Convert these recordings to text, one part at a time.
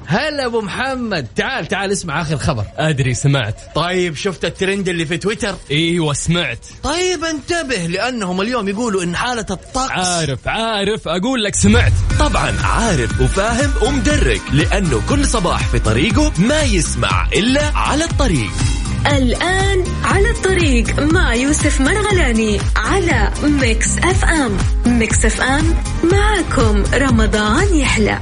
هلا ابو محمد، تعال اسمع اخر خبر. ادري سمعت. طيب شفت الترند اللي في تويتر؟ ايوه سمعت. طيب انتبه لانهم اليوم يقولوا ان حالة الطقس. عارف اقول لك سمعت. طبعا عارف وفاهم ومدرك، لانه كل صباح في طريقه ما يسمع الا على الطريق. الآن على الطريق مع يوسف مرغلاني على ميكس اف ام. ميكس اف ام معكم رمضان يحلى.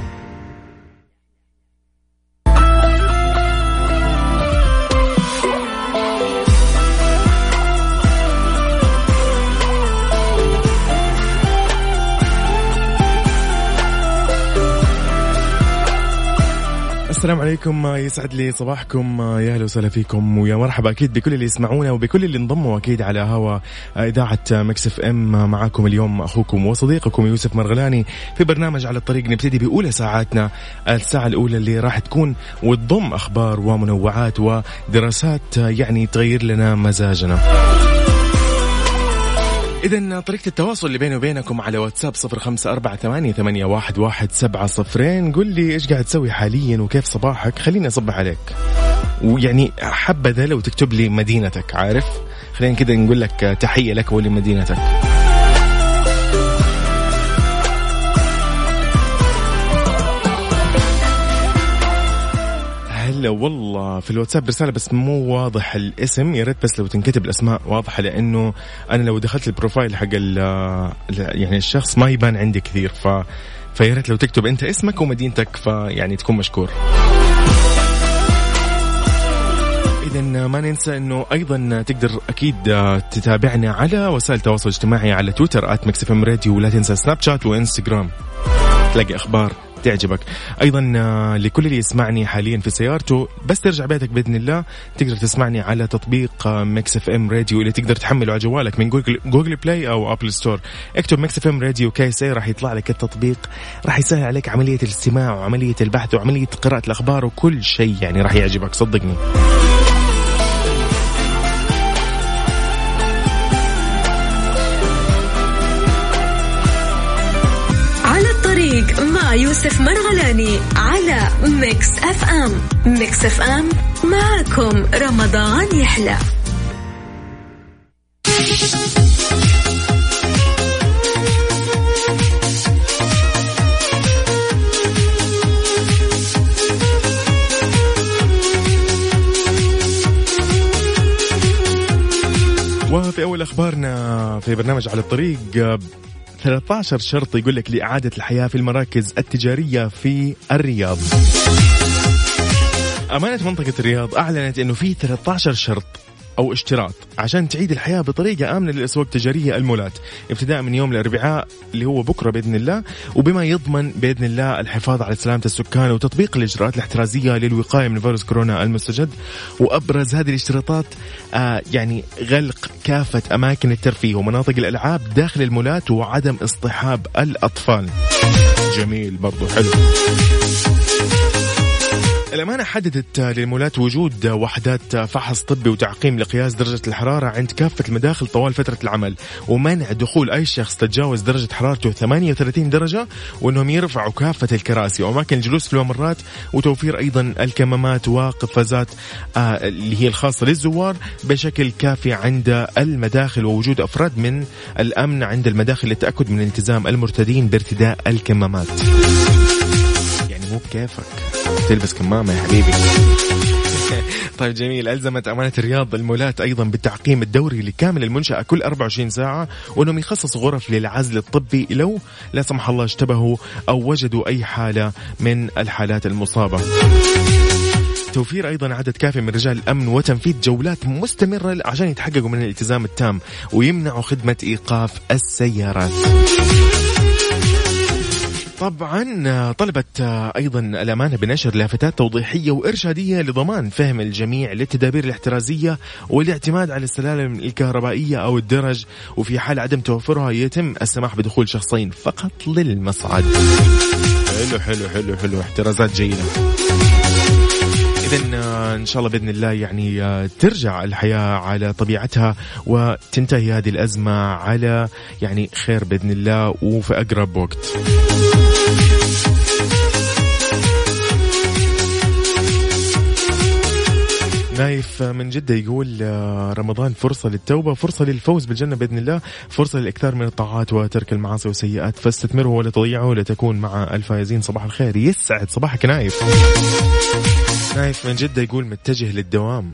السلام عليكم، يسعد لي صباحكم، يا اهلا وسهلا فيكم ويا مرحبا اكيد بكل اللي يسمعونا وبكل اللي انضموا اكيد على هوا اذاعه ميكس اف ام. معاكم اليوم اخوكم وصديقكم يوسف مرغلاني في برنامج على الطريق. نبتدي باولى ساعاتنا، الساعه الاولى اللي راح تكون وتضم اخبار ومنوعات ودراسات يعني تغير لنا مزاجنا. إذن طريقة التواصل اللي بيني وبينكم على واتساب 0548811700. قل لي إيش قاعد تسوي حاليا وكيف صباحك، خليني أصبح عليك. ويعني حبذا لو تكتب لي مدينتك، عارف، خلينا كده نقول لك تحية لك ولمدينتك. هلا والله في الواتساب رسالة بس مو واضح الاسم، يا ريت بس لو تنكتب الأسماء واضحة، لأنه أنا لو دخلت البروفايل حق يعني الشخص ما يبان عندي كثير، فيا ريت لو تكتب أنت اسمك ومدينتك فيعني تكون مشكور. إذن ما ننسى أنه أيضا تقدر أكيد تتابعنا على وسائل التواصل الاجتماعي على تويتر @mixfmradio، ولا تنسى سناب شات وإنستغرام، تلاقي أخبار تعجبك. أيضا لكل اللي يسمعني حاليا في سيارته، بس ترجع بيتك بإذن الله تقدر تسمعني على تطبيق ميكس اف ام راديو اللي تقدر تحمله على جوالك من جوجل بلاي أو أبل ستور. اكتب ميكس اف ام راديو كيسي، راح يطلع لك التطبيق، راح يسهل عليك عملية الاستماع وعملية البحث وعملية قراءة الأخبار وكل شيء، يعني راح يعجبك صدقني. مع يوسف مرغلاني على ميكس اف ام. ميكس اف ام معكم رمضان يحلى. وفي أول أخبارنا في برنامج على الطريق، 13 شرط يقول لك لإعادة الحياة في المراكز التجارية في الرياض. أمانة منطقة الرياض أعلنت أنه في 13 شرط أو اشتراط عشان تعيد الحياة بطريقة آمنة للأسواق التجارية المولات، ابتداء من يوم الأربعاء اللي هو بكرة بإذن الله، وبما يضمن بإذن الله الحفاظ على سلامة السكان وتطبيق الإجراءات الاحترازية للوقاية من فيروس كورونا المستجد. وأبرز هذه الاشتراطات يعني غلق كافة أماكن الترفيه ومناطق الألعاب داخل المولات وعدم اصطحاب الأطفال. جميل برضو، حلو. الأمانة حددت للمولات وجود وحدات فحص طبي وتعقيم لقياس درجة الحرارة عند كافة المداخل طوال فترة العمل، ومنع دخول أي شخص تتجاوز درجة حرارته 38 درجة، وأنهم يرفعوا كافة الكراسي وأماكن الجلوس في الممرات، وتوفير أيضا الكمامات وقفازات اللي هي الخاصة للزوار بشكل كافي عند المداخل، ووجود أفراد من الأمن عند المداخل للتأكد من التزام المرتدين بارتداء الكمامات. يعني مو بكيفك تلبس كمامة يا حبيبي. طيب جميل. ألزمت أمانة الرياض المولات أيضا بالتعقيم الدوري لكامل المنشأة كل 24 ساعة، وأنهم يخصصوا غرف للعزل الطبي لو لا سمح الله اشتبهوا أو وجدوا أي حالة من الحالات المصابة. توفير أيضا عدد كافي من رجال الأمن وتنفيذ جولات مستمرة عشان يتحققوا من الالتزام التام ويمنعوا خدمة إيقاف السيارات. طبعا طلبت أيضا الأمانة بنشر لافتات توضيحية وإرشادية لضمان فهم الجميع للتدابير الاحترازية والاعتماد على السلالم الكهربائية أو الدرج، وفي حال عدم توفرها يتم السماح بدخول شخصين فقط للمصعد. حلو حلو حلو حلو، احترازات جيدة. إذن إن شاء الله بإذن الله يعني ترجع الحياة على طبيعتها وتنتهي هذه الأزمة على يعني خير بإذن الله وفي أقرب وقت. نايف من جدة يقول رمضان فرصة للتوبة، فرصة للفوز بالجنة بإذن الله، فرصة للإكثار من الطاعات وترك المعاصي والسيئات، فاستثمره ولا تضيعه لتكون مع الفائزين. صباح الخير، يسعد صباحك نايف. نايف من جدة يقول متجه للدوام.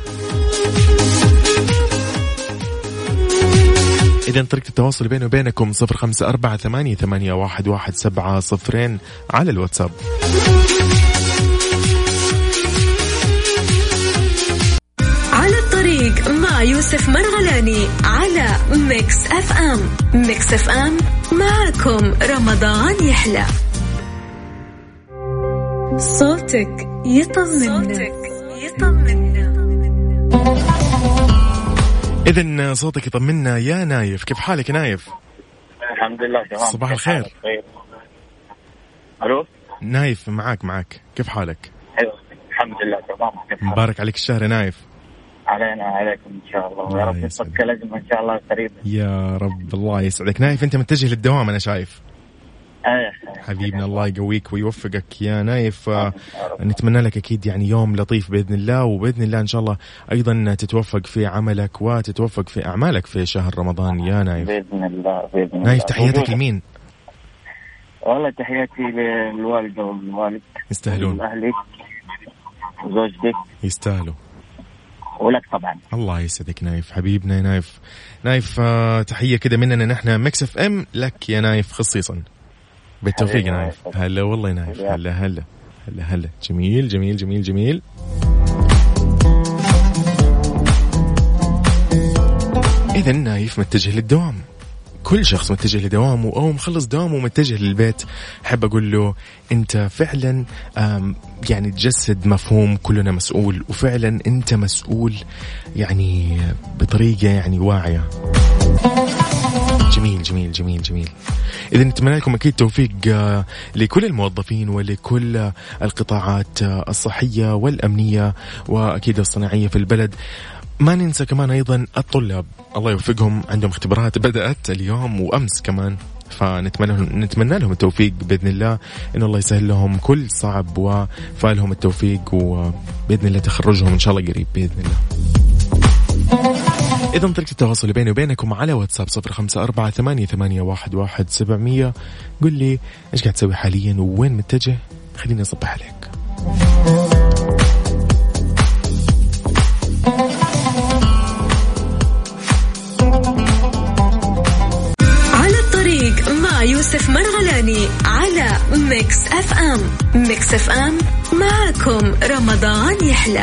إذن طريقة التواصل بيني وبينكم 0548811700 على الواتساب. على الطريق مع يوسف مرغلاني على ميكس اف ام. ميكس اف ام معكم رمضان يحلى. صوتك يطمنا. إذن صوتك يطمنا يا نايف. كيف حالك نايف؟ الحمد لله تمام. صباح الخير. الو نايف، معك كيف حالك؟ ايوه الحمد لله تمام. مبارك عليك الشهر يا نايف. علينا عليكم ان شاء الله، ويا رب يفك لازم ان شاء الله قريب يا رب. الله يسعدك نايف، انت متجه للدوام انا شايف. ايه حبيبنا الله يقويك ويوفقك يا نايف. نتمنى لك اكيد يعني يوم لطيف باذن الله، وباذن الله ان شاء الله ايضا تتوفق في عملك وتتوفق في اعمالك في شهر رمضان يا نايف. باذن الله باذن الله. نايف تحياتك لمين؟ والله تحياتي للوالده والوالد يستاهلون، واهلك وزوجتك يستاهلوا، ولك طبعا. الله يسعدك نايف حبيبنا يا نايف. نايف تحيه كده مننا نحن ميكس اف ام لك يا نايف خصيصا. بالتوفيق يا نايف. هلا والله نايف. هلا جميل جميل جميل جميل. إذا نايف متجه للدوام. كل شخص متجه لدوامه أو مخلص دوامه ومتجه للبيت، حب أقول له أنت فعلا يعني تجسد مفهوم كلنا مسؤول، وفعلا أنت مسؤول يعني بطريقة يعني واعية. جميل جميل جميل جميل. إذا نتمنى لكم أكيد توفيق لكل الموظفين ولكل القطاعات الصحية والأمنية وأكيد الصناعية في البلد. ما ننسى كمان أيضا الطلاب، الله يوفقهم، عندهم اختبارات بدأت اليوم وأمس كمان، فنتمنى لهم التوفيق بإذن الله، إن الله يسهل لهم كل صعب وفالهم التوفيق، وبإذن الله تخرجهم إن شاء الله قريب بإذن الله. إذن طريقة التواصل بيني وبينكم على واتساب 0548811700. قل لي إيش قاعد تسوي حاليا ووين متجه، خليني أصبح عليك. على الطريق مع يوسف مرغلاني على ميكس اف ام. ميكس اف ام معكم رمضان يحلى.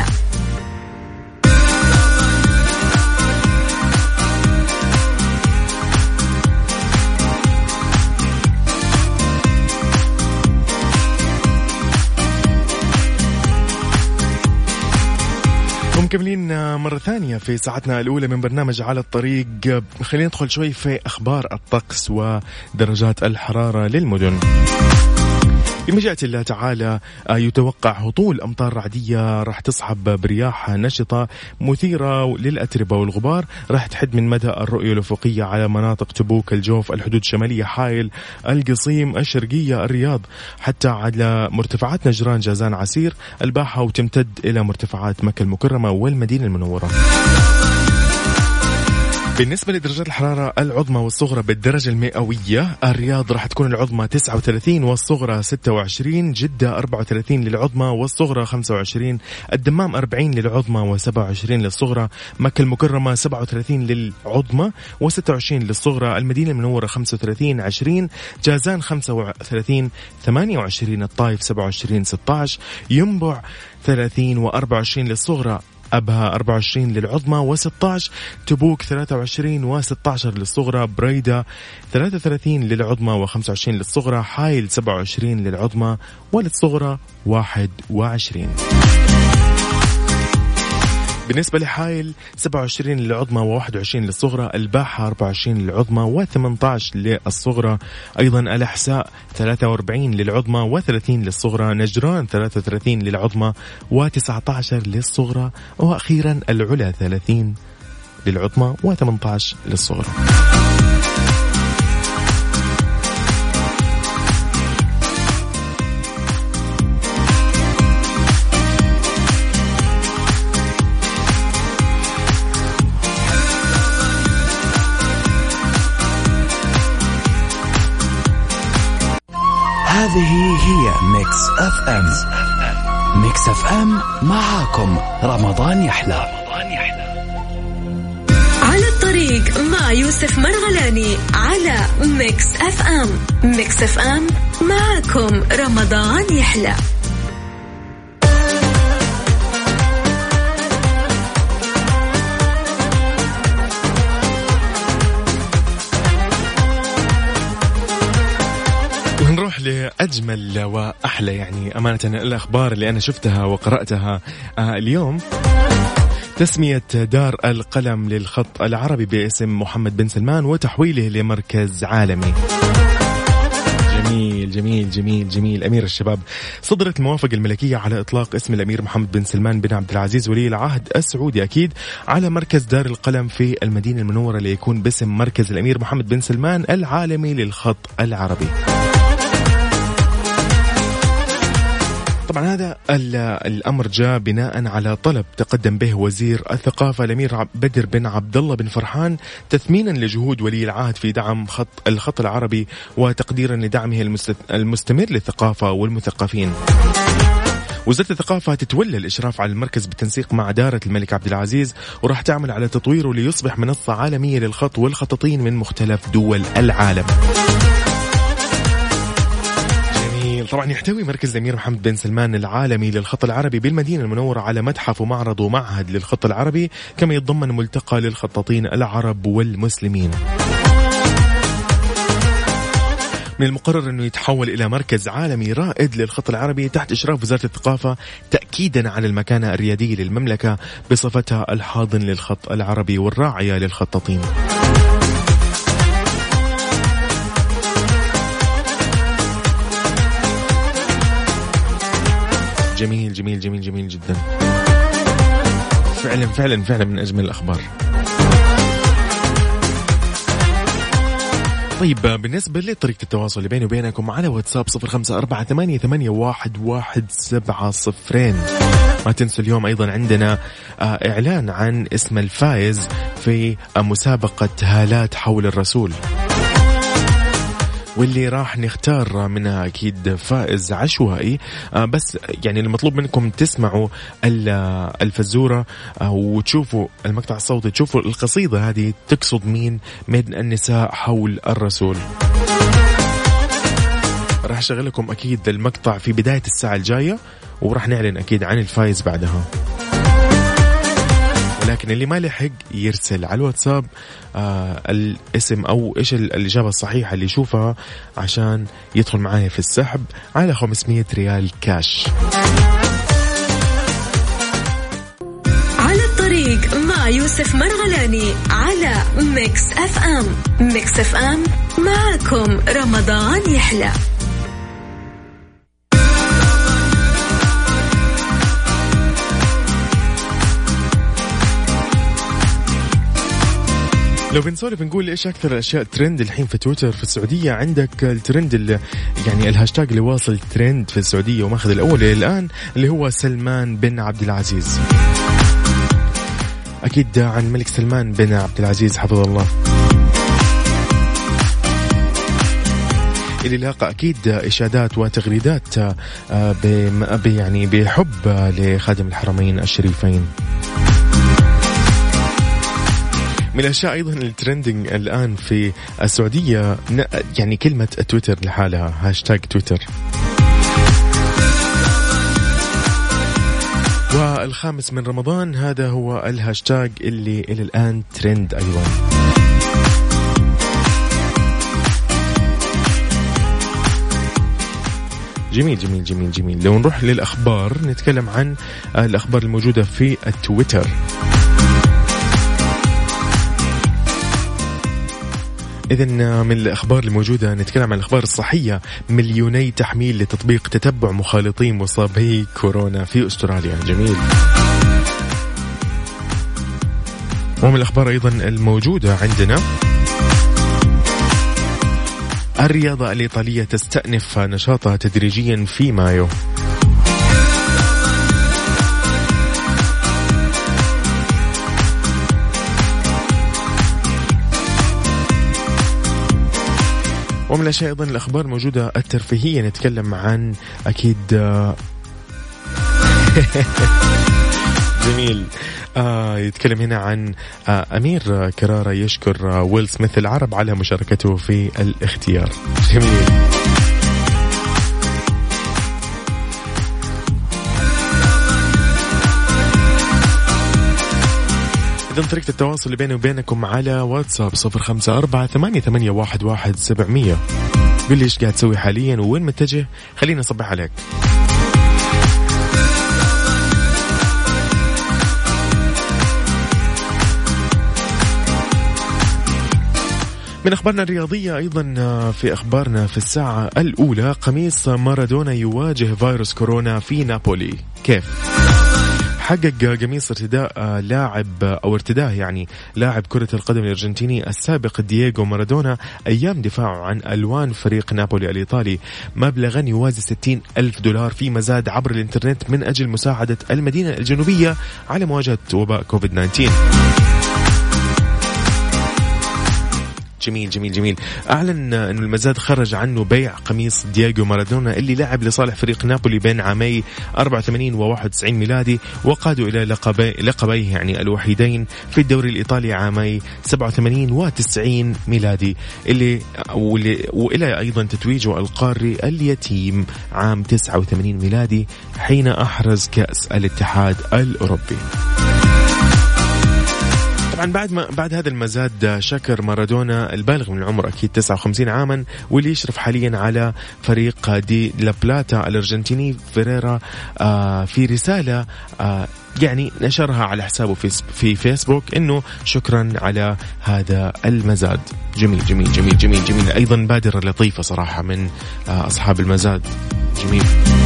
مكملين مرة ثانية في ساعتنا الأولى من برنامج على الطريق. خلينا ندخل شوي في أخبار الطقس ودرجات الحرارة للمدن. بمشيئة الله تعالى يتوقع هطول أمطار رعدية راح تصحب برياح نشطة مثيرة للأتربة والغبار، راح تحد من مدى الرؤية الأفقية على مناطق تبوك، الجوف، الحدود الشمالية، حائل، القصيم، الشرقية، الرياض، حتى على مرتفعات نجران، جازان، عسير، الباحة، وتمتد إلى مرتفعات مكة المكرمة والمدينة المنورة. بالنسبة لدرجات الحرارة العظمى والصغرى بالدرجة المئوية، الرياض راح تكون العظمى 39 والصغرى 26، جدة 34 للعظمى والصغرى 25، الدمام 40 للعظمى و27 للصغرى، مكة المكرمة 37 للعظمى و26 للصغرى، المدينة المنورة 35 20، جازان 35 28، الطائف 27 16، ينبع 30 و24 للصغرى، أبها 24 للعظمى و16، تبوك 23 و16 للصغرى، بريدة 33 للعظمى و25 للصغرى، حائل 27 للعظمى وللصغرى 21. بالنسبة لحائل 27 للعظمى و21 للصغرى، الباحة 24 للعظمى و18 للصغرى، أيضا الأحساء 43 للعظمى و30 للصغرى، نجران 33 للعظمى و19 للصغرى، وأخيرا العلا 30 للعظمى و18 للصغرى. أف أم. ميكس أف أم معاكم رمضان يحلى. على الطريق مع يوسف مرغلاني على ميكس أف أم. ميكس أف أم معاكم رمضان يحلى. ونروح لأجمل وأحلى يعني أمانة الأخبار اللي أنا شفتها وقرأتها اليوم. تسمية دار القلم للخط العربي باسم محمد بن سلمان وتحويله لمركز عالمي. جميل جميل جميل جميل. أمير الشباب، صدرت الموافقة الملكية على إطلاق اسم الأمير محمد بن سلمان بن عبد العزيز ولي العهد السعودي أكيد على مركز دار القلم في المدينة المنورة ليكون باسم مركز الأمير محمد بن سلمان العالمي للخط العربي. طبعا هذا الأمر جاء بناء على طلب تقدم به وزير الثقافة الأمير بدر بن عبد الله بن فرحان تثمينا لجهود ولي العهد في دعم الخط العربي وتقديرا لدعمه المستمر للثقافة والمثقفين. وزارة الثقافة تتولى الإشراف على المركز بالتنسيق مع دارة الملك عبد العزيز، وراح تعمل على تطويره ليصبح منصة عالمية للخط والخطاطين من مختلف دول العالم. طبعا يحتوي مركز الأمير محمد بن سلمان العالمي للخط العربي بالمدينة المنورة على متحف ومعرض ومعهد للخط العربي، كما يتضمن ملتقى للخطاطين العرب والمسلمين. من المقرر أنه يتحول إلى مركز عالمي رائد للخط العربي تحت إشراف وزارة الثقافة، تأكيدا على المكانة الريادية للمملكة بصفتها الحاضن للخط العربي والراعية للخطاطين. جميل جميل جميل جميل جدا. فعلا فعلا فعلا من أجمل الأخبار. طيب بالنسبة لطريقة التواصل اللي بيني وبينكم على واتساب 0548811700. ما تنسوا اليوم أيضا عندنا إعلان عن اسم الفائز في مسابقة هالات حول الرسول، واللي راح نختار منها أكيد فائز عشوائي. بس يعني المطلوب منكم تسمعوا الفزورة وتشوفوا المقطع الصوتي، تشوفوا القصيدة هذه تقصد مين من النساء حول الرسول. راح أشغل لكم أكيد المقطع في بداية الساعة الجاية، وراح نعلن أكيد عن الفائز بعدها. لكن اللي ما لحق يرسل على الواتساب الاسم أو إيش الإجابة الصحيحة اللي يشوفها عشان يدخل معايا في السحب على 500 ريال كاش. على الطريق مع يوسف مرغلاني على ميكس أف أم. ميكس أف أم معاكم رمضان يحلى. لو بنسولف نقول إيش أكثر الأشياء ترند الحين في تويتر في السعودية، عندك الترند يعني الهاشتاج اللي واصل ترند في السعودية وماخذ الأول الآن اللي هو سلمان بن عبد العزيز. أكيد عن الملك سلمان بن عبد العزيز حفظه الله، اللي لاقى أكيد إشادات وتغريدات يعني بحب لخادم الحرمين الشريفين. من الأشياء أيضا الترندنج الآن في السعودية يعني كلمة تويتر لحالها، هاشتاج تويتر. والخامس من رمضان هذا هو الهاشتاج اللي إلى الآن ترند أيضا. جميل جميل جميل جميل. لو نروح للأخبار نتكلم عن الأخبار الموجودة في التويتر. إذن من الأخبار الموجودة نتكلم عن الأخبار الصحية. مليوني تحميل لتطبيق تتبع مخالطين مصابي كورونا في أستراليا. جميل. ومن الأخبار أيضا الموجودة عندنا الرياضة الإيطالية تستأنف نشاطها تدريجيا في مايو. ومن الأشياء أيضا الأخبار الموجودة الترفيهية نتكلم عن أكيد جميل. يتكلم هنا عن أمير كرارة يشكر ويل سميث العرب على مشاركته في الاختيار. جميل. إذن طريقة التواصل اللي بيني وبينكم على واتساب 0548811700. قل لي إيش قاعد تسوي حاليا وين متجه، خلينا نصبح عليك. من أخبارنا الرياضية أيضا في أخبارنا في الساعة الأولى، قميص مارادونا يواجه فيروس كورونا في نابولي. كيف؟ حقق قميص ارتداء لاعب كرة القدم الأرجنتيني السابق دييغو مارادونا أيام دفاعه عن ألوان فريق نابولي الإيطالي مبلغا يوازي $60,000 في مزاد عبر الإنترنت من أجل مساعدة المدينة الجنوبية على مواجهة وباء كوفيد-19. جميل جميل جميل. أعلن أن المزاد خرج عنه بيع قميص دييغو مارادونا اللي لعب لصالح فريق نابولي بين عامي 84 و91 ميلادي، وقادوا إلى لقبيه يعني الوحيدين في الدوري الإيطالي عامي 87 و90 ميلادي وإلى أيضا تتويجه القاري اليتيم عام 89 ميلادي حين أحرز كأس الاتحاد الأوروبي. طبعا بعد هذا المزاد شكر مارادونا البالغ من العمر أكيد 59 عاما واللي يشرف حاليا على فريق دي لا بلاتا الأرجنتيني فيريرا في رسالة يعني نشرها على حسابه في فيسبوك إنه شكرا على هذا المزاد. جميل جميل جميل جميل جميل. أيضا بادرة لطيفة صراحة من أصحاب المزاد. جميل.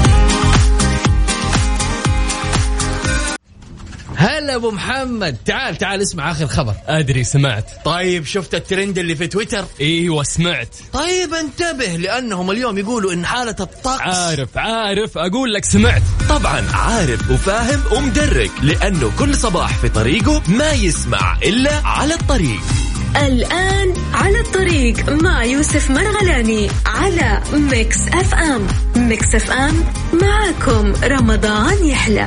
هلا ابو محمد، تعال اسمع اخر خبر. ادري سمعت. طيب شفت الترند اللي في تويتر؟ ايوه سمعت. طيب انتبه لانهم اليوم يقولوا ان حالة الطقس. عارف اقول لك سمعت. طبعا عارف وفاهم ومدرك، لانه كل صباح في طريقه ما يسمع الا على الطريق. الآن على الطريق مع يوسف مرغلاني على ميكس اف ام. ميكس اف ام معكم رمضان يحلى.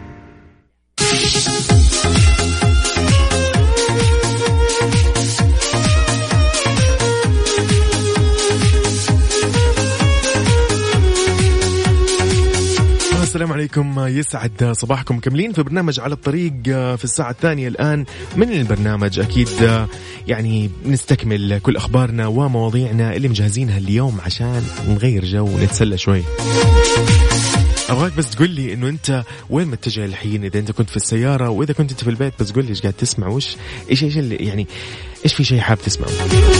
السلام عليكم، يسعد صباحكم. مكملين في برنامج على الطريق في الساعة الثانية الآن من البرنامج. أكيد يعني نستكمل كل أخبارنا ومواضيعنا اللي مجهزينها اليوم عشان نغير جو ونتسلى شوي. أبغاك بس تقول لي إنه أنت وين متجه الحين، إذا أنت كنت في السيارة، وإذا كنت أنت في البيت بس قول لي إيش قاعد تسمع، إيش اللي يعني إيش في شيء حاب تسمعه.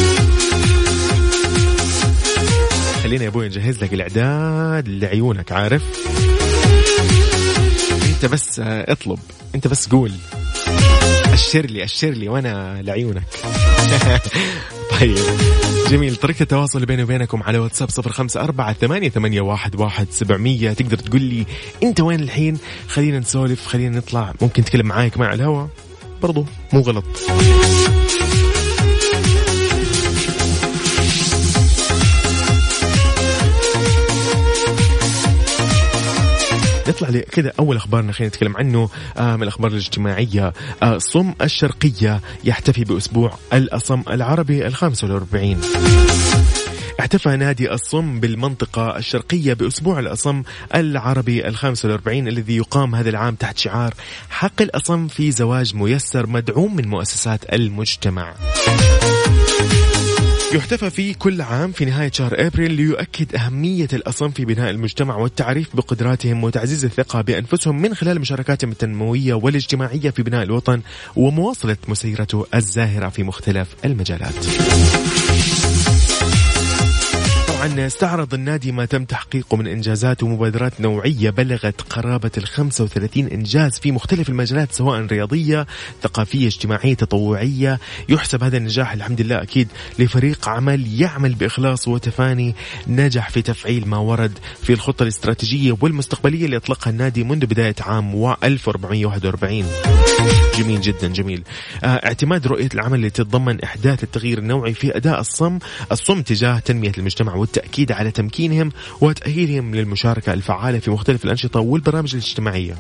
خلينا يا أبوي نجهز لك الإعداد لعيونك. عارف أنت بس اطلب، أنت بس قول أشر لي وأنا لعيونك. طيب جميل. طريقة التواصل بيني وبينكم على واتساب 0548811700. تقدر تقول لي أنت وين الحين، خلينا نسولف، خلينا نطلع، ممكن تكلم معاك مع الهوا برضو مو غلط. نطلع كذا. أول أخبارنا خلينا نتكلم عنه من الأخبار الاجتماعية. صم الشرقية يحتفي بأسبوع الأصم العربي 45. احتفى نادي الصم بالمنطقة الشرقية بأسبوع الأصم العربي 45 الذي يقام هذا العام تحت شعار حق الأصم في زواج ميسر مدعوم من مؤسسات المجتمع. يحتفى فيه كل عام في نهاية شهر أبريل ليؤكد أهمية الأصم في بناء المجتمع والتعريف بقدراتهم وتعزيز الثقة بأنفسهم من خلال مشاركاتهم التنموية والاجتماعية في بناء الوطن ومواصلة مسيرته الزاهرة في مختلف المجالات. طبعا استعرض النادي ما تم تحقيقه من إنجازات ومبادرات نوعية بلغت قرابة 35 إنجاز في مختلف المجالات، سواء رياضية، ثقافية، اجتماعية، تطوعية. يحسب هذا النجاح الحمد لله أكيد لفريق عمل يعمل بإخلاص وتفاني، نجح في تفعيل ما ورد في الخطة الاستراتيجية والمستقبلية اللي أطلقها النادي منذ بداية عام 1441. جميل جدا جميل. اعتماد رؤية العمل اللي تتضمن إحداث التغيير النوعي في أداء الصم تجاه تنمية المجتمع والتأكيد على تمكينهم وتأهيلهم للمشاركة الفعالة في مختلف الأنشطة والبرامج الاجتماعية.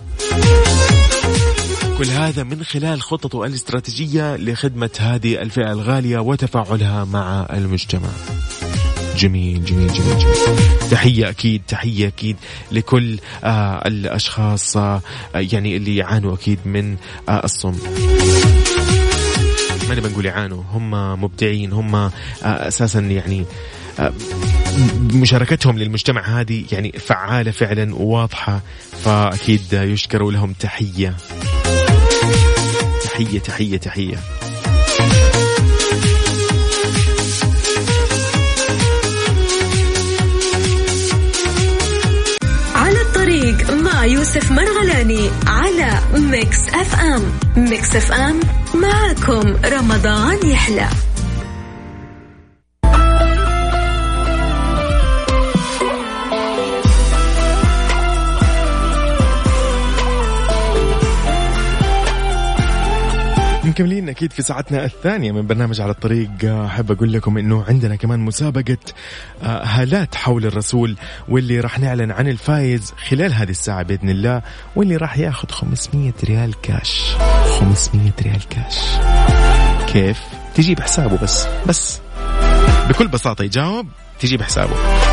كل هذا من خلال خطته الاستراتيجية لخدمة هذه الفئة الغالية وتفاعلها مع المجتمع. جميل جميل جميل جميل. تحية أكيد لكل الأشخاص يعني اللي يعانوا أكيد من الصم. ما أنا بنقول يعانوا، هم مبدعين، هم أساسا يعني مشاركتهم للمجتمع هذه يعني فعالة فعلا وواضحة، فأكيد يشكروا لهم. تحية تحية تحية تحية. على الطريق مع يوسف مرغلاني على ميكس اف ام. ميكس اف ام معكم رمضان يحلى. مكملين أكيد في ساعتنا الثانية من برنامج على الطريق. أحب أقول لكم إنه عندنا كمان مسابقة هالات حول الرسول، واللي راح نعلن عن الفائز خلال هذه الساعة بإذن الله، واللي راح ياخذ 500 ريال كاش. 500 ريال كاش كيف؟ تجيب حسابه بس بكل بساطة يجاوب تجيب حسابه.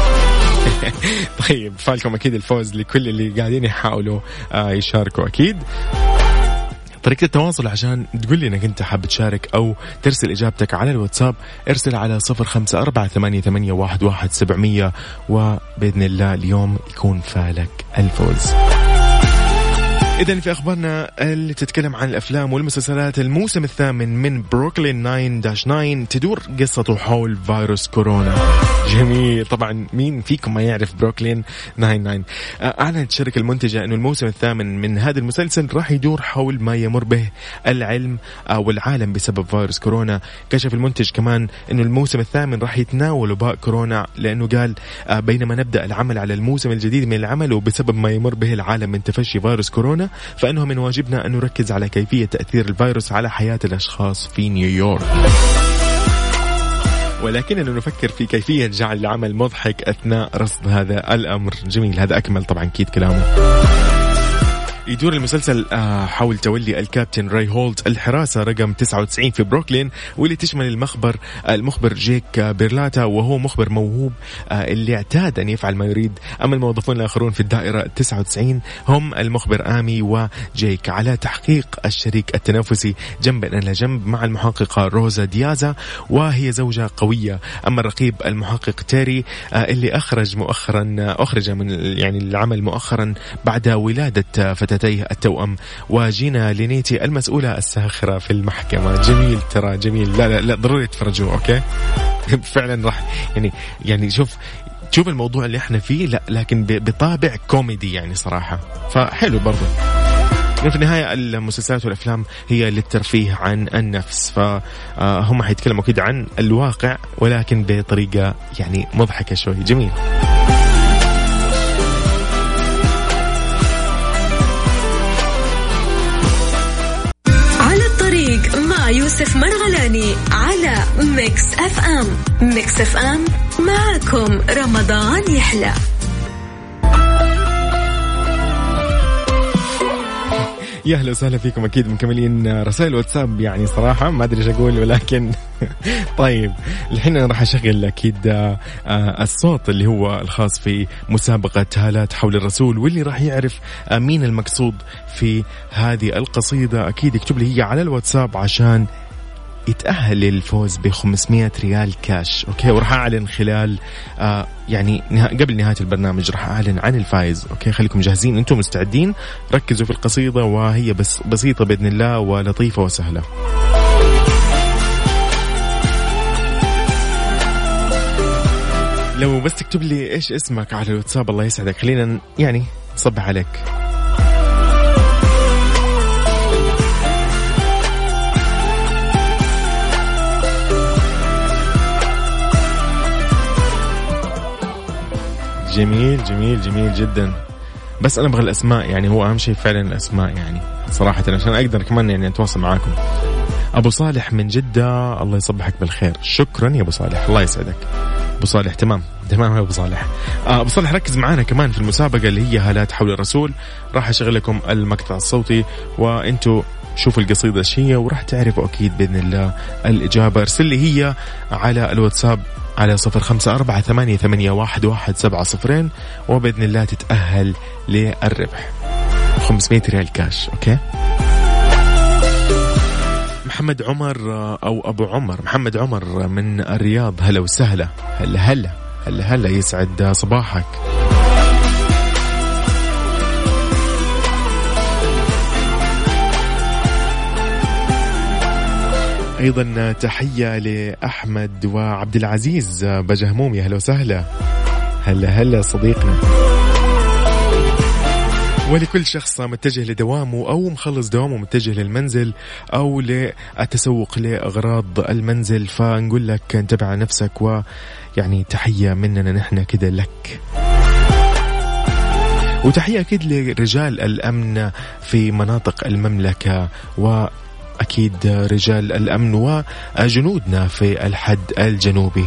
طيب فالكم أكيد الفوز لكل اللي قاعدين يحاولوا يشاركوا. أكيد طريقة التواصل عشان تقول لي انك انت حاب تشارك او ترسل اجابتك على الواتساب، ارسل على 0548811700 وبإذن الله اليوم يكون فالك الفوز. إذن في أخبارنا اللي تتكلم عن الأفلام والمسلسلات، الموسم الثامن من بروكلين 9-9 تدور قصته حول فيروس كورونا. جميل. طبعا مين فيكم ما يعرف بروكلين 9-9؟ أعلنت الشركة المنتجة أنه الموسم الثامن من هذا المسلسل راح يدور حول ما يمر به العلم والعالم بسبب فيروس كورونا. كشف المنتج كمان أنه الموسم الثامن راح يتناول وباء كورونا، لأنه قال بينما نبدأ العمل على الموسم الجديد من العمل وبسبب ما يمر به العالم من تفشي فيروس كورونا، فإنه من واجبنا أن نركز على كيفية تأثير الفيروس على حياة الأشخاص في نيويورك، ولكننا نفكر في كيفية جعل العمل مضحك أثناء رصد هذا الأمر. جميل. هذا أكمل طبعا كيد كلامه. يدور المسلسل حول تولي الكابتن راي هولت الحراسة رقم 99 في بروكلين، واللي تشمل المخبر جيك بيرلاتا، وهو مخبر موهوب اللي اعتاد أن يفعل ما يريد. أما الموظفون الآخرون في الدائرة 99 هم المخبر آمي وجيك، على تحقيق الشريك التنافسي جنبا إلى جنب مع المحققة روزا ديازا، وهي زوجة قوية. أما الرقيب المحقق تيري اللي أخرج من يعني العمل مؤخرا بعد ولادة فتاة التوأم، وجينا لينيتي المسؤولة الساخرة في المحكمة. جميل ترى جميل. لا ضروري تفرجوه. أوكي فعلا راح يعني شوف الموضوع اللي احنا فيه، لا لكن بطابع كوميدي يعني صراحة، فحلو برضو. في النهاية المسلسلات والأفلام هي للترفيه عن النفس، فهم حيتكلموا كده عن الواقع ولكن بطريقة يعني مضحكة شوي. جميل. مع يوسف مرغلاني على ميكس اف ام. ميكس اف ام معكم رمضان يحلى. يا أهلا وسهلا فيكم. أكيد مكملين رسائل واتساب، يعني صراحة ما أدري إيش أقول ولكن طيب الحين أنا راح أشغل أكيد الصوت اللي هو الخاص في مسابقة هالات حول الرسول، واللي راح يعرف مين المقصود في هذه القصيدة أكيد يكتب لي هي على الواتساب عشان يتأهل للفوز ب500 ريال كاش. أوكي. وراح أعلن خلال يعني قبل نهاية البرنامج راح أعلن عن الفائز. أوكي خليكم جاهزين، أنتم مستعدين؟ ركزوا في القصيدة وهي بس بسيطة بإذن الله ولطيفة وسهلة. لو بس تكتب لي إيش اسمك على الواتساب الله يسعدك، خلينا يعني نصبح عليك. جميل جميل جميل جدا، بس أنا أبغى الأسماء، يعني هو أهم شيء فعلا الأسماء يعني صراحة عشان أقدر كمان يعني أتواصل معاكم. أبو صالح من جدة، الله يصبحك بالخير. شكرا يا أبو صالح، الله يسعدك أبو صالح. تمام يا أبو صالح. أبو صالح ركز معانا كمان في المسابقة اللي هي هالات حول الرسول. راح أشغل لكم المقطع الصوتي وأنتوا شوفوا القصيدة الشيء وراح تعرفوا أكيد بإذن الله الإجابة. ارسل لي هي على الواتساب على 0548811700 وبإذن الله تتأهل للربح 500 ريال كاش. أوكي. محمد عمر أو أبو عمر، محمد عمر من الرياض، هلا وسهلا. هلا يسعد صباحك. أيضا تحية لأحمد وعبد العزيز بجهمومي، هلا وسهلا. هلا صديقنا. ولكل شخص متجه لدوامه أو مخلص دوامه متجه للمنزل أو للتسوق لأغراض المنزل، فنقول لك انتبه على نفسك، ويعني تحية مننا نحن كده لك. وتحية أكيد لرجال الأمن في مناطق المملكة، وأكيد رجال الأمن وجنودنا في الحد الجنوبي.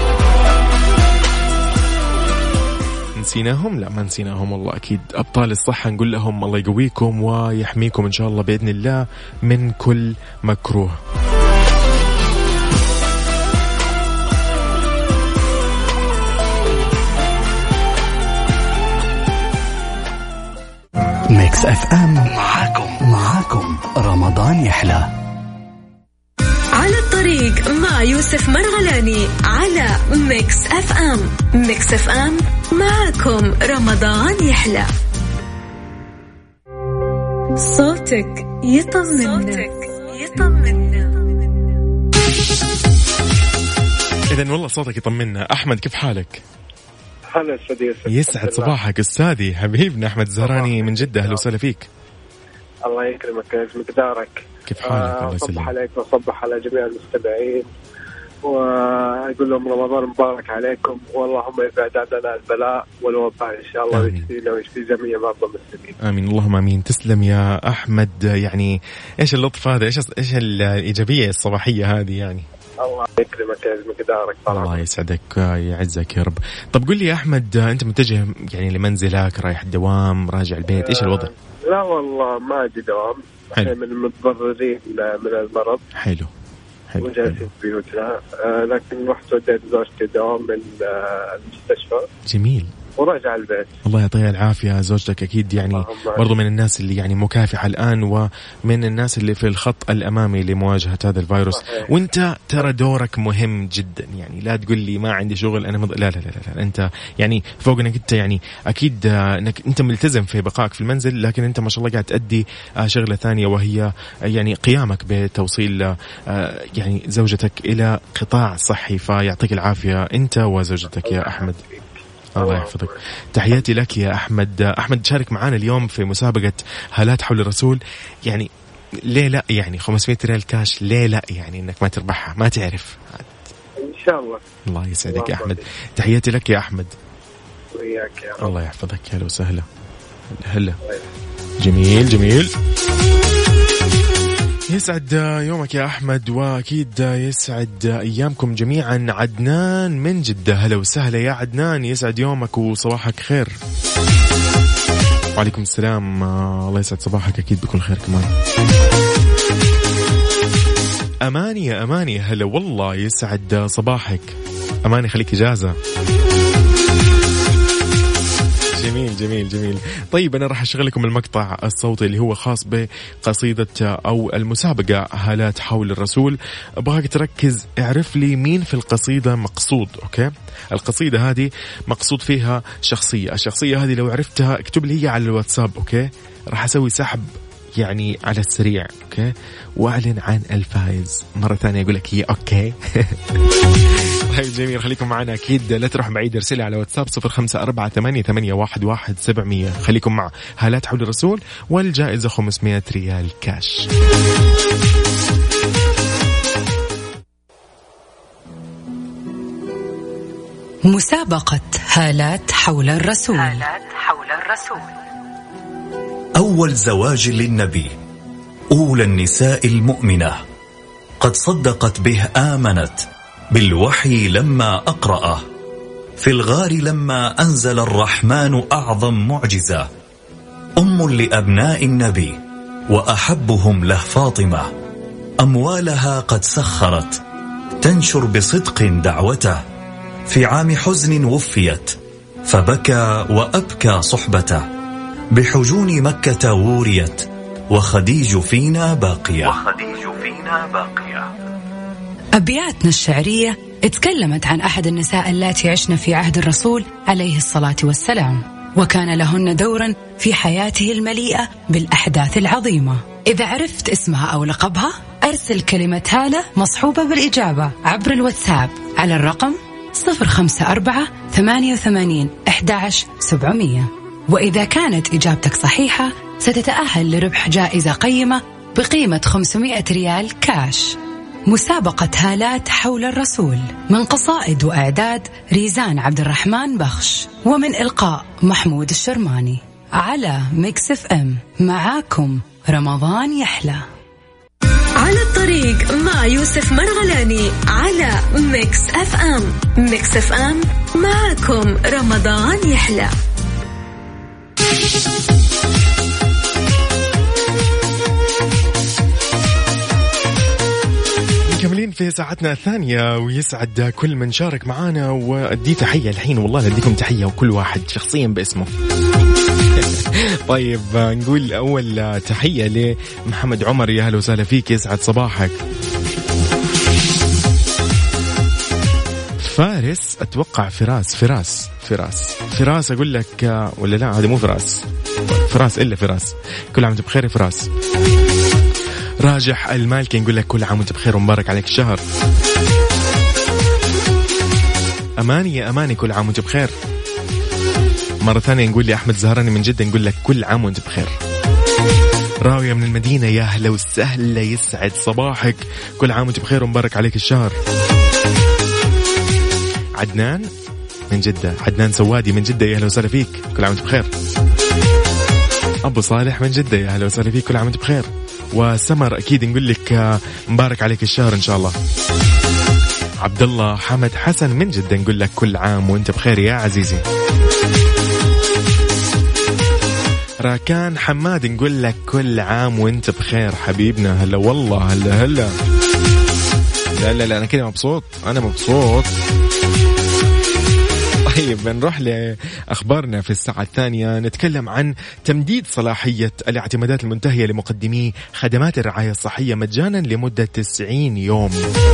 نسيناهم؟ لا ما نسيناهم والله، أكيد أبطال الصحة نقول لهم الله يقويكم ويحميكم إن شاء الله بإذن الله من كل مكروه. ميكس اف ام معاكم رمضان يحلى. على الطريق مع يوسف مرغلاني على ميكس اف ام. ميكس اف ام معاكم رمضان يحلى. صوتك يطمنا. إذن والله صوتك يطمنا. أحمد كيف حالك؟ هلا أستاذ يسعد صباحك أستاذي حبيبنا أحمد الزهراني من جدة، أهلا وسهلا فيك. الله يكرمك يا مقدارك. كيف حالك؟ الله يسلمك. صبح عليك وصبح على جميع المستمعين وأقول لهم رمضان مبارك عليكم، واللهم يبعد عننا البلاء والوباء إن شاء الله ويشفينا ويشفي جميع مرضى المسلمين. آمين اللهم آمين. تسلم يا أحمد. يعني إيش اللطف هذا، إيش الإيجابية الصباحية هذه يعني. الله يكرمك يا مقدارك. الله يسعدك يعزك يا رب. طب قل لي يا أحمد، أنت متجه يعني لمنزلك، رايح الدوام، راجع البيت، إيش الوضع؟ لا والله ما أجي دوام، من المتضررين من المرض. حلو وجالسين في بيوتنا، لكن رحت وديت زوجتي دوام من المستشفى. جميل. ورجع البيت. الله يعطيها العافية زوجتك، أكيد يعني برضو من الناس اللي يعني مكافحة الآن ومن الناس اللي في الخط الأمامي لمواجهة هذا الفيروس. وانت ترى دورك مهم جدا، يعني لا تقول لي ما عندي شغل أنا لا لا لا لا، انت يعني فوق انك انت يعني أكيد انك انت ملتزم في بقائك في المنزل، لكن انت ما شاء الله قاعد تأدي شغلة ثانية وهي يعني قيامك بتوصيل يعني زوجتك إلى قطاع صحي، فيعطيك العافية انت وزوجتك يا أحمد. الله يحفظك. تحياتي لك يا أحمد. أحمد شارك معنا اليوم في مسابقة هالات حول الرسول، يعني ليه لا، يعني 500 ريال كاش، ليه لا يعني إنك ما تربحها، ما تعرف إن شاء الله. الله يسعدك يا أحمد. تحياتي لك يا أحمد. وياك يا رب. الله يحفظك. هلا وسهلا. هلا. جميل. يسعد يومك يا أحمد، وأكيد يسعد أيامكم جميعا. عدنان من جدة، هلا وسهلا يا عدنان، يسعد يومك وصباحك خير. وعليكم السلام، الله يسعد صباحك أكيد بكل خير كمان. أماني يا أماني، هلا والله يسعد صباحك. أماني خليك إجازة. جميل. طيب أنا راح أشغل لكم المقطع الصوتي اللي هو خاص بقصيدة أو المسابقة هالات حول الرسول. أبغاك تركز، اعرف لي مين في القصيدة مقصود. أوكي، القصيدة هذه مقصود فيها شخصية، الشخصية هذه لو عرفتها اكتب لي هي على الواتساب. أوكي، راح أسوي سحب يعني على السريع. أوكي، وأعلن عن الفائز مرة ثانية، أقول لك هي أوكي. طيب جميل، خليكم معنا أكيد، لا تروح بعيد، ارسلي على واتساب 0548811700. خليكم مع هالات حول الرسول والجائزة 500 ريال كاش. مسابقة هالات حول الرسول. أول زواج للنبي، أولى النساء المؤمنة، قد صدقت به آمنت، بالوحي لما أقرأه، في الغار لما أنزل الرحمن أعظم معجزة، أم لأبناء النبي وأحبهم له فاطمة، أموالها قد سخرت تنشر بصدق دعوته، في عام حزن وفيت فبكى وأبكى صحبته، بحجون مكة ووريت وخديج فينا باقية. أبياتنا الشعرية اتكلمت عن أحد النساء اللاتي عشن في عهد الرسول عليه الصلاة والسلام، وكان لهن دورا في حياته المليئة بالأحداث العظيمة. إذا عرفت اسمها أو لقبها أرسل كلمة هالة مصحوبة بالإجابة عبر الواتساب على الرقم 0548811700. وإذا كانت إجابتك صحيحة ستتأهل لربح جائزة قيمة بقيمة 500 ريال كاش. مسابقة هالات حول الرسول من قصائد وإعداد ريزان عبد الرحمن بخش، ومن إلقاء محمود الشرماني، على ميكس اف ام. معاكم رمضان يحلى. على الطريق مع يوسف مرغلاني على ميكس اف ام. ميكس اف ام معاكم رمضان يحلى. مكملين في ساعتنا الثانية، ويسعد كل من شارك معانا، وأدي تحية الحين، والله أديكم تحية وكل واحد شخصيا باسمه. طيب نقول أول تحية لمحمد عمر، يا هلا وسهلا فيك، يسعد صباحك. فارس، أتوقع فراس أقول لك، ولا لا هذا مو فراس إلا فراس. كل عام وانت بخير فراس. راجح المالكي نقول لك كل عام وانت بخير ومبارك عليك الشهر. أماني يا أماني كل عام وانت بخير. مرة ثانية نقول لي أحمد زهراني من جدة نقول لك كل عام وانت بخير. راوية من المدينة، يا أهلا وسهلا، يسعد صباحك، كل عام وانت بخير ومبارك عليك الشهر. عدنان من جدة، عدنان سوادي من جدة، يا أهلا وسهلا فيك، كل عام وانت بخير. أبو صالح من جدة، يا أهلا وسهلا فيك، كل عام وانت بخير. وسمر أكيد نقول لك مبارك عليك الشهر إن شاء الله. عبد الله حمد حسن من جدة نقول لك كل عام وانت بخير يا عزيزي. راكان حماد نقول لك كل عام وانت بخير حبيبنا. هلا والله، هلا لا أنا كده مبسوط، أنا مبسوط. طيب بنروح لأخبارنا في الساعة الثانية، نتكلم عن تمديد صلاحية الاعتمادات المنتهية لمقدمي خدمات الرعاية الصحية مجانا لمدة 90 يوم.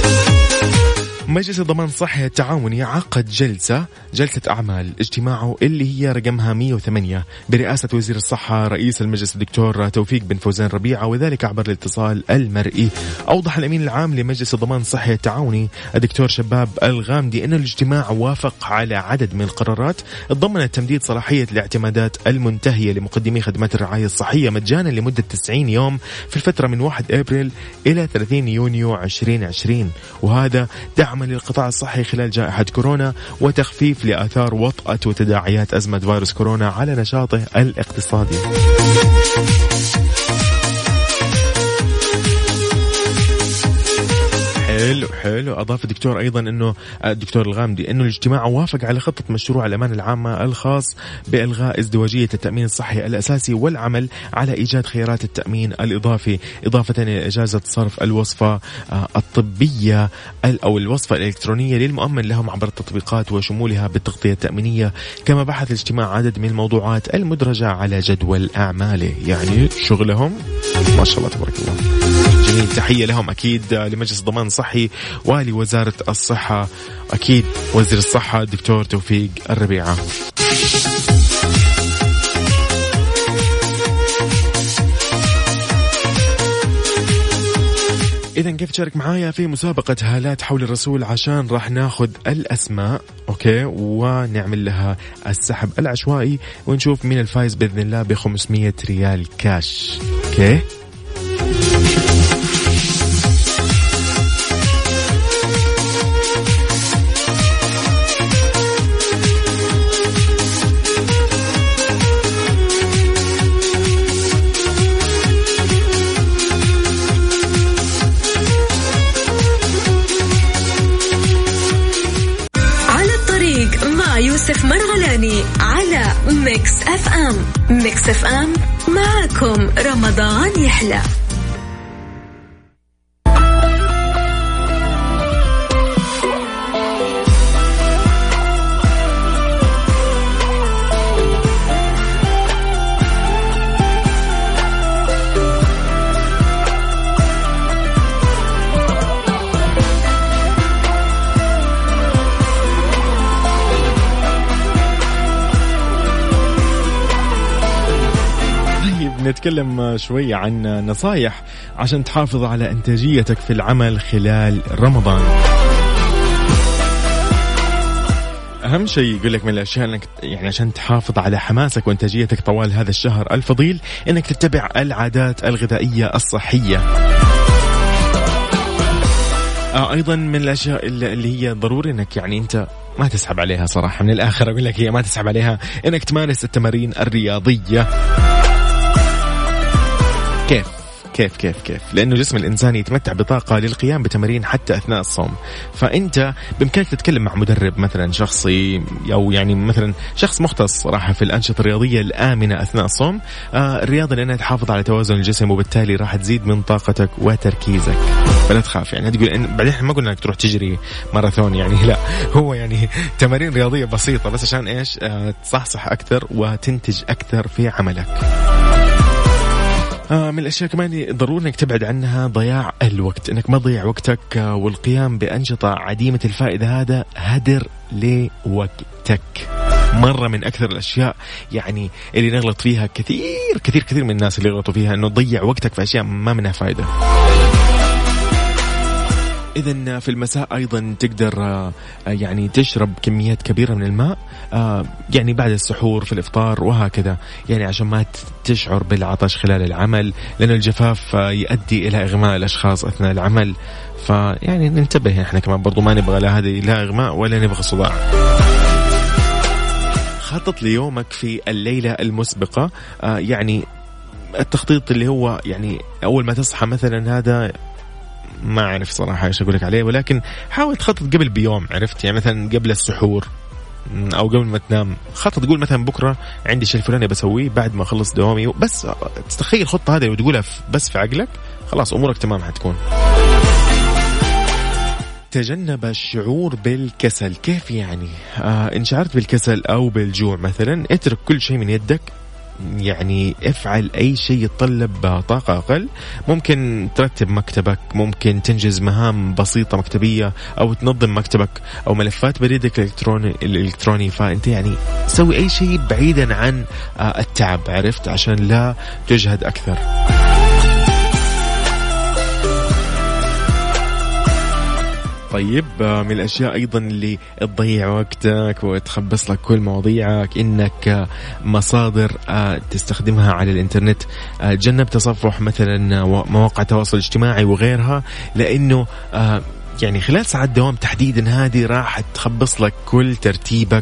مجلس الضمان الصحي التعاوني عقد جلسة أعمال اجتماعه اللي هي رقمها 108 برئاسة وزير الصحة رئيس المجلس الدكتور توفيق بن فوزان ربيعة، وذلك عبر الاتصال المرئي. أوضح الأمين العام لمجلس الضمان الصحي التعاوني الدكتور شباب الغامدي أن الاجتماع وافق على عدد من القرارات ضمنت تمديد صلاحية الاعتمادات المنتهية لمقدمي خدمات الرعاية الصحية مجانا لمدة 90 يوم في الفترة من 1 أبريل إلى 30 يونيو 2020، وهذا دعم للقطاع الصحي خلال جائحة كورونا وتخفيف لآثار وطأة وتداعيات أزمة فيروس كورونا على نشاطه الاقتصادي. حلو. أضاف الدكتور أيضا أنه الدكتور الغامدي أنه الاجتماع وافق على خطة مشروع الأمانة العامة الخاص بإلغاء ازدواجية التأمين الصحي الأساسي والعمل على إيجاد خيارات التأمين الإضافي، إضافة إلى إجازة صرف الوصفة الطبية أو الوصفة الإلكترونية للمؤمن لهم عبر التطبيقات وشمولها بالتغطية التأمينية. كما بحث الاجتماع عدد من الموضوعات المدرجة على جدول أعماله، يعني شغلهم ما شاء الله تبارك الله جميل. تحية لهم أكيد لمجلس الضمان الصحي ولوزارة الصحة، أكيد وزير الصحة الدكتور توفيق الربيعة. إذا كيف تشارك معايا في مسابقة هالات حول الرسول؟ عشان راح ناخذ الأسماء أوكي ونعمل لها السحب العشوائي ونشوف مين الفايز بإذن الله ب 500 ريال كاش. أوكي يوسف مرغلاني على ميكس اف ام. ميكس اف ام معكم رمضان يحلى. نتكلم شوية عن نصايح عشان تحافظ على إنتاجيتك في العمل خلال رمضان. أهم شيء يقول لك من الأشياء أنك يعني عشان تحافظ على حماسك وإنتاجيتك طوال هذا الشهر الفضيل أنك تتبع العادات الغذائية الصحية. أيضا من الأشياء اللي هي ضروري أنك يعني أنت ما تسحب عليها صراحة، من الآخر أقول لك هي ما تسحب عليها، أنك تمارس التمارين الرياضية. كيف لأنه جسم الإنسان يتمتع بطاقة للقيام بتمارين حتى أثناء الصوم. فأنت بإمكانك تتكلم مع مدرب مثلا شخصي أو يعني مثلا شخص مختص صراحة في الأنشطة الرياضية الآمنة أثناء الصوم. الرياضة لأنها تحافظ على توازن الجسم وبالتالي راح تزيد من طاقتك وتركيزك، فلا تخاف. يعني تقول بعدين احنا ما قلنا انك تروح تجري ماراثون يعني، لا هو يعني تمارين رياضية بسيطة بس عشان ايش؟ تصحصح أكثر وتنتج أكثر في عملك. من الأشياء كمان ضروري أنك تبعد عنها ضياع الوقت، أنك ما تضيع وقتك والقيام بأنشطة عديمة الفائدة، هذا هدر لوقتك. مرة من أكثر الأشياء يعني اللي نغلط فيها كثير من الناس اللي يغلطوا فيها أنه تضيع وقتك في أشياء ما منها فائدة. إذن في المساء أيضا تقدر يعني تشرب كميات كبيرة من الماء يعني بعد السحور في الإفطار وهكذا، يعني عشان ما تشعر بالعطش خلال العمل، لأن الجفاف يؤدي إلى إغماء الأشخاص أثناء العمل. فيعني ننتبه إحنا كمان برضو، ما نبغى لا إغماء ولا نبغى صداع. خطط ليومك في الليلة المسبقة، يعني التخطيط اللي هو يعني أول ما تصحى مثلا، هذا ما أعرف صراحة إيش أقولك عليه، ولكن حاول تخطط قبل بيوم، عرفت؟ يعني مثلا قبل السحور أو قبل ما تنام خطط، تقول مثلا بكرة عندي شيء الفلاني بسويه بعد ما أخلص دوامي، بس تتخيل الخطة هذه وتقولها بس في عقلك، خلاص أمورك تمام حتكون. تجنب الشعور بالكسل. كيف يعني؟ إن شعرت بالكسل أو بالجوع مثلا، اترك كل شيء من يدك، يعني افعل أي شيء يتطلب طاقة أقل. ممكن ترتب مكتبك، ممكن تنجز مهام بسيطة مكتبية، أو تنظم مكتبك أو ملفات بريدك الإلكتروني. فأنت يعني سوي أي شيء بعيدا عن التعب، عرفت؟ عشان لا تجهد أكثر. طيب من الأشياء أيضا اللي تضيع وقتك وتخبص لك كل مواضيعك، إنك مصادر تستخدمها على الإنترنت. جنب تصفح مثلا مواقع التواصل الاجتماعي وغيرها، لأنه يعني خلال ساعات دوام تحديدا هذه راح تخبص لك كل ترتيبك.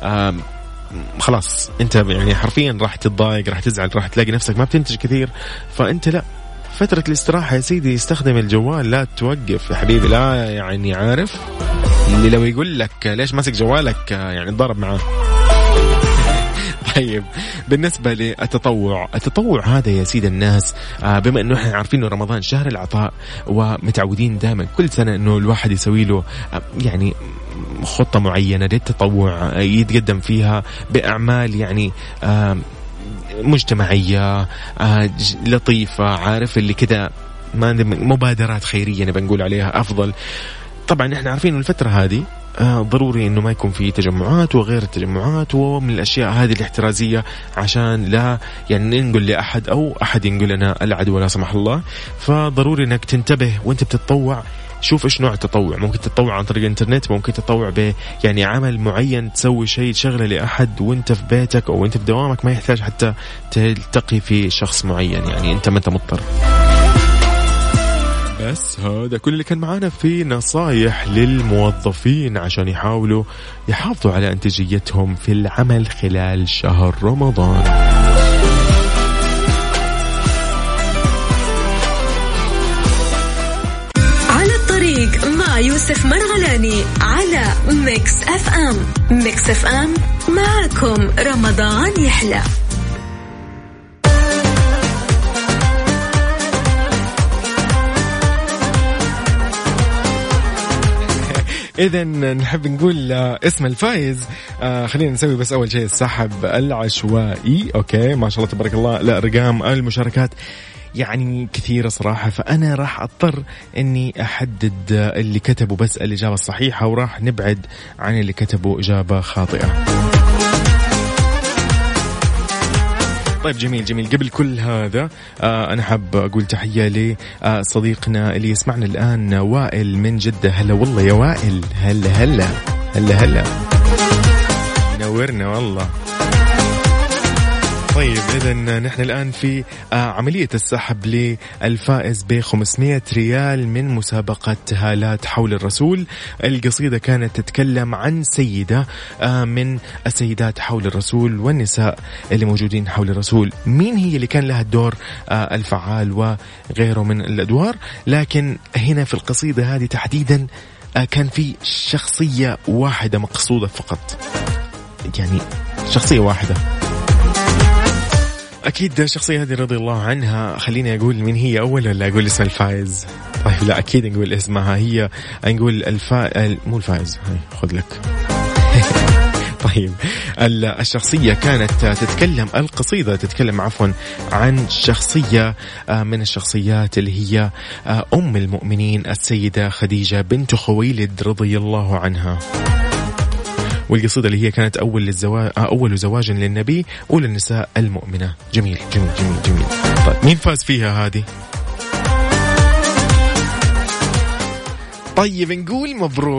خلاص أنت يعني حرفيا راح تتضايق، راح تزعل، راح تلاقي نفسك ما بتنتج كثير. فأنت لا، فترة الاستراحة يا سيدي استخدم الجوال، لا توقف يا حبيبي، لا يعني عارف اللي لو يقول لك ليش ماسك جوالك يعني ضرب معاه. طيب بالنسبة للتطوع، التطوع هذا يا سيد الناس بما أنه إحنا عارفين أنه رمضان شهر العطاء، ومتعودين دائما كل سنة أنه الواحد يسوي له يعني خطة معينة للتطوع يتقدم فيها بأعمال يعني مجتمعية لطيفة، عارف اللي كده، ما مبادرات خيرية نبقى نقول عليها أفضل. طبعا احنا عارفين الفترة هذه ضروري إنه ما يكون في تجمعات وغير التجمعات ومن الأشياء هذه الاحترازية عشان لا يعني ننقل لأحد أو أحد ينقل لنا العدوى لا سمح الله. فضروري إنك تنتبه وأنت بتتطوع. شوف إيش نوع التطوع، ممكن تتطوع عن طريق الإنترنت، ممكن تتطوع ب يعني عمل معين، تسوي شيء شغلة لأحد وأنت في بيتك أو أنت في دوامك، ما يحتاج حتى تلتقي في شخص معين، يعني أنت ما أنت مضطر. بس هذا كل اللي كان معانا في نصايح للموظفين عشان يحاولوا يحافظوا على إنتاجيتهم في العمل خلال شهر رمضان. على الطريق مع يوسف مرغلاني على ميكس اف ام. ميكس اف ام معكم رمضان يحلى. إذن نحب نقول اسم الفائز. خلينا نسوي بس أول شيء السحب العشوائي. أوكي ما شاء الله تبارك الله. لا أرقام المشاركات يعني كثيرة صراحة، فأنا راح أضطر أني أحدد اللي كتبوا بس الإجابة الصحيحة وراح نبعد عن اللي كتبوا إجابة خاطئة. طيب جميل. قبل كل هذا أنا حاب أقول تحية لصديقنا اللي يسمعنا الآن وائل من جدة. هلا والله يا وائل، هلا نورنا والله. طيب إذن نحن الآن في عملية السحب للفائز ب500 ريال من مسابقة هالات حول الرسول. القصيدة كانت تتكلم عن سيدة من السيدات حول الرسول والنساء اللي موجودين حول الرسول. مين هي اللي كان لها الدور الفعال وغيره من الأدوار؟ لكن هنا في القصيدة هذه تحديدا كان في شخصية واحدة مقصودة فقط، يعني شخصية واحدة. أكيد الشخصية هذه رضي الله عنها. خليني أقول من هي أول ولا أقول اسم الفائز؟ طيب لا أكيد نقول اسمها. هي نقول مو الفائز، هاي خذ لك. طيب الشخصية كانت تتكلم، القصيدة تتكلم عن شخصية من الشخصيات اللي هي أم المؤمنين السيدة خديجة بنت خويلد رضي الله عنها. والقصيدة اللي هي كانت أول زواج للنبي وللنساء المؤمنة. جميل. طيب مين فاز فيها هذه؟ طيب نقول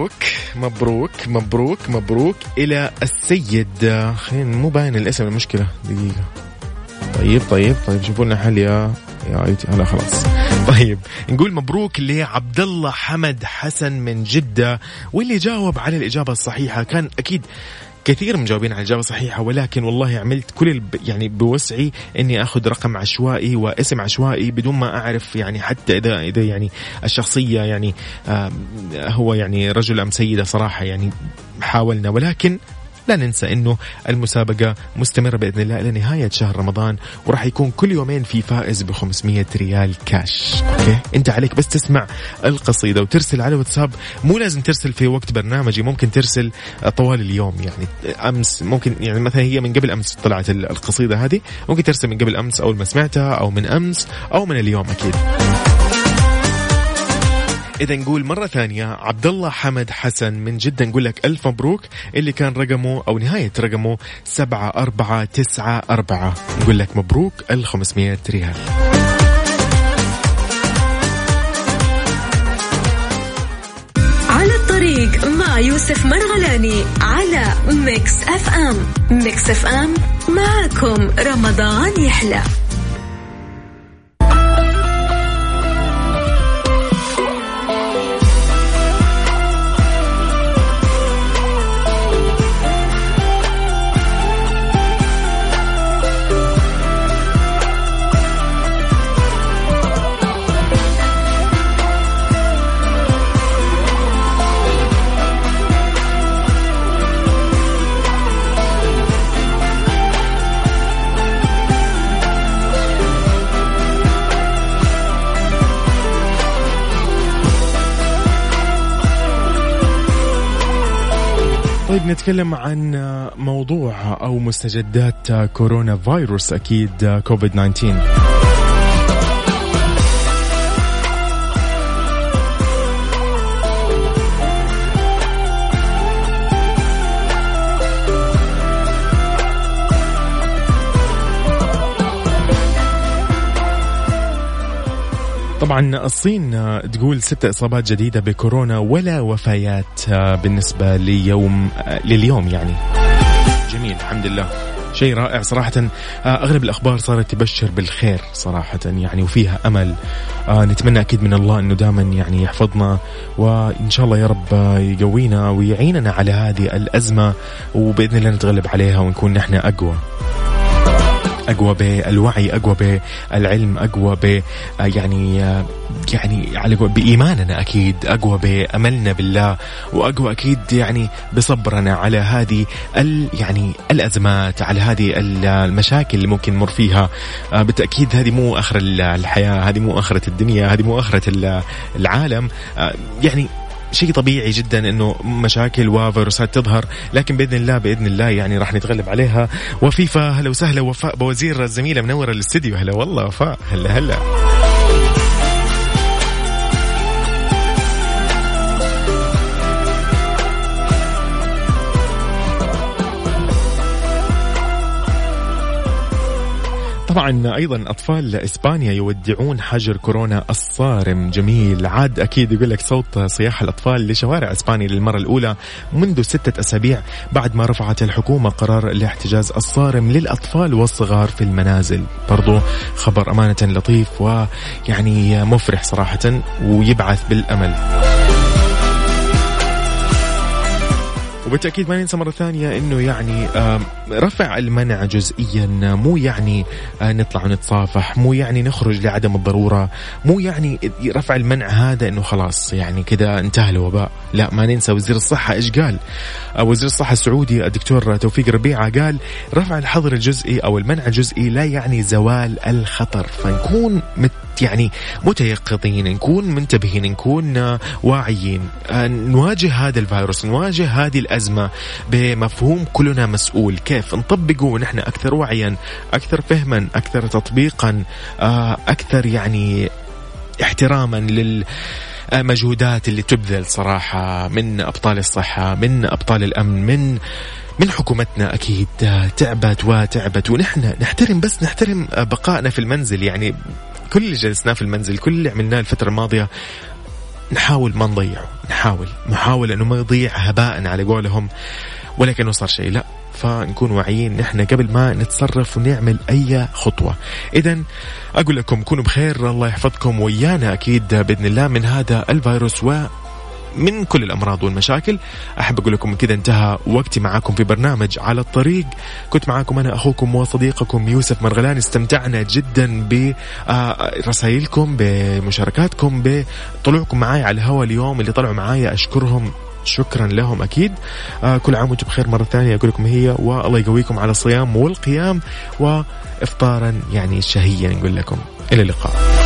مبروك إلى السيد، خلينا مو باين الاسم المشكلة، دقيقة. طيب شوفوا لنا حل يا ايتي. هلا خلاص. طيب نقول مبروك لعبد الله حمد حسن من جدة، واللي جاوب على الإجابة الصحيحة. كان أكيد كثير مجاوبين على الإجابة الصحيحة، ولكن والله عملت كل يعني بوسعي إني أخذ رقم عشوائي واسم عشوائي بدون ما أعرف يعني حتى إذا يعني الشخصية يعني هو يعني رجل أم سيدة. صراحة يعني حاولنا، ولكن لا ننسى إنه المسابقة مستمرة بإذن الله إلى نهاية شهر رمضان، وراح يكون كل يومين في فائز ب500 ريال كاش. أوكي أنت عليك بس تسمع القصيدة وترسل على واتساب. مو لازم ترسل في وقت برنامجي، ممكن ترسل طوال اليوم. يعني أمس ممكن، يعني مثلا هي من قبل أمس طلعت القصيدة هذه، ممكن ترسل من قبل أمس أول ما سمعتها، أو من أمس أو من اليوم أكيد. إذا نقول مرة ثانية عبد الله حمد حسن من جدة، نقول لك ألف مبروك. اللي كان رقمه أو نهاية رقمه 7494، نقول لك مبروك 500 ريال. على الطريق مع يوسف مرغلاني على ميكس اف ام. ميكس اف ام معكم رمضان يحلى. طيب نتكلم عن موضوع أو مستجدات كورونا فيروس، أكيد كوفيد 19. طبعا الصين تقول 6 إصابات جديدة بكورونا ولا وفيات بالنسبة لليوم يعني. جميل الحمد لله، شيء رائع صراحة. أغلب الأخبار صارت تبشر بالخير صراحة يعني، وفيها أمل. نتمنى أكيد من الله أنه دائما يعني يحفظنا، وإن شاء الله يا رب يقوينا ويعيننا على هذه الأزمة، وبإذن الله نتغلب عليها ونكون نحن أقوى بالوعي، أقوى بالعلم، أقوى ب يعني على بإيماننا أكيد، أقوى بأملنا بالله، وأقوى أكيد يعني بصبرنا على هذه يعني الأزمات، على هذه المشاكل اللي ممكن نمر فيها. بالتأكيد هذه مو آخر الحياة، هذه مو آخرة الدنيا، هذه مو آخرة العالم. يعني شيء طبيعي جدا انه مشاكل وفيروسات تظهر، لكن باذن الله يعني راح نتغلب عليها. وفيفا هلا وسهلا، وفاء بوزير الزميله منوره الاستديو. هلا والله وفاء، هلا طبعا. أيضا أطفال إسبانيا يودعون حجر كورونا الصارم. جميل، عاد أكيد يقول لك صوت صياح الأطفال لشوارع إسبانيا للمرة الأولى منذ 6 أسابيع بعد ما رفعت الحكومة قرار الاحتجاز الصارم للأطفال والصغار في المنازل. برضو خبر أمانة لطيف ويعني مفرح صراحة ويبعث بالأمل. وبالتأكيد ما ننسى مرة ثانية إنه يعني رفع المنع جزئيا مو يعني نطلع ونتصافح، مو يعني نخرج لعدم الضرورة، مو يعني رفع المنع هذا إنه خلاص يعني كده انتهى الوباء. لا، ما ننسى وزير الصحة إيش قال. وزير الصحة السعودي الدكتور توفيق ربيعة قال رفع الحظر الجزئي أو المنع الجزئي لا يعني زوال الخطر، فنكون يعني متيقظين، نكون منتبهين، نكون واعيين، نواجه هذا الفيروس، نواجه هذه الأزمة بمفهوم كلنا مسؤول. كيف نطبقه ونحن أكثر وعيا، أكثر فهما، أكثر تطبيقا، أكثر يعني احتراما للمجهودات اللي تبذل صراحة من أبطال الصحة، من أبطال الأمن، من حكومتنا. أكيد تعبت ونحن نحترم بقائنا في المنزل. يعني كل اللي جلسناه في المنزل، كل اللي عملناه الفترة الماضية نحاول ما نضيعه، نحاول أنه ما يضيع هباء على قولهم، ولكن صار شيء لا، فنكون واعيين نحن قبل ما نتصرف ونعمل أي خطوة. إذن أقول لكم كونوا بخير، الله يحفظكم ويانا أكيد بإذن الله من هذا الفيروس ومن كل الأمراض والمشاكل. أحب أقول لكم كذا انتهى وقتي معاكم في برنامج على الطريق. كنت معاكم أنا أخوكم وصديقكم يوسف مرغلاني. استمتعنا جدا برسائلكم، بمشاركاتكم، بطلوعكم معايا على الهواء اليوم. اللي طلعوا معايا أشكرهم، شكرا لهم أكيد. كل عام وانتم بخير مرة ثانية أقول لكم هي، والله يقويكم على الصيام والقيام وإفطارا يعني شهيا. نقول لكم إلى اللقاء.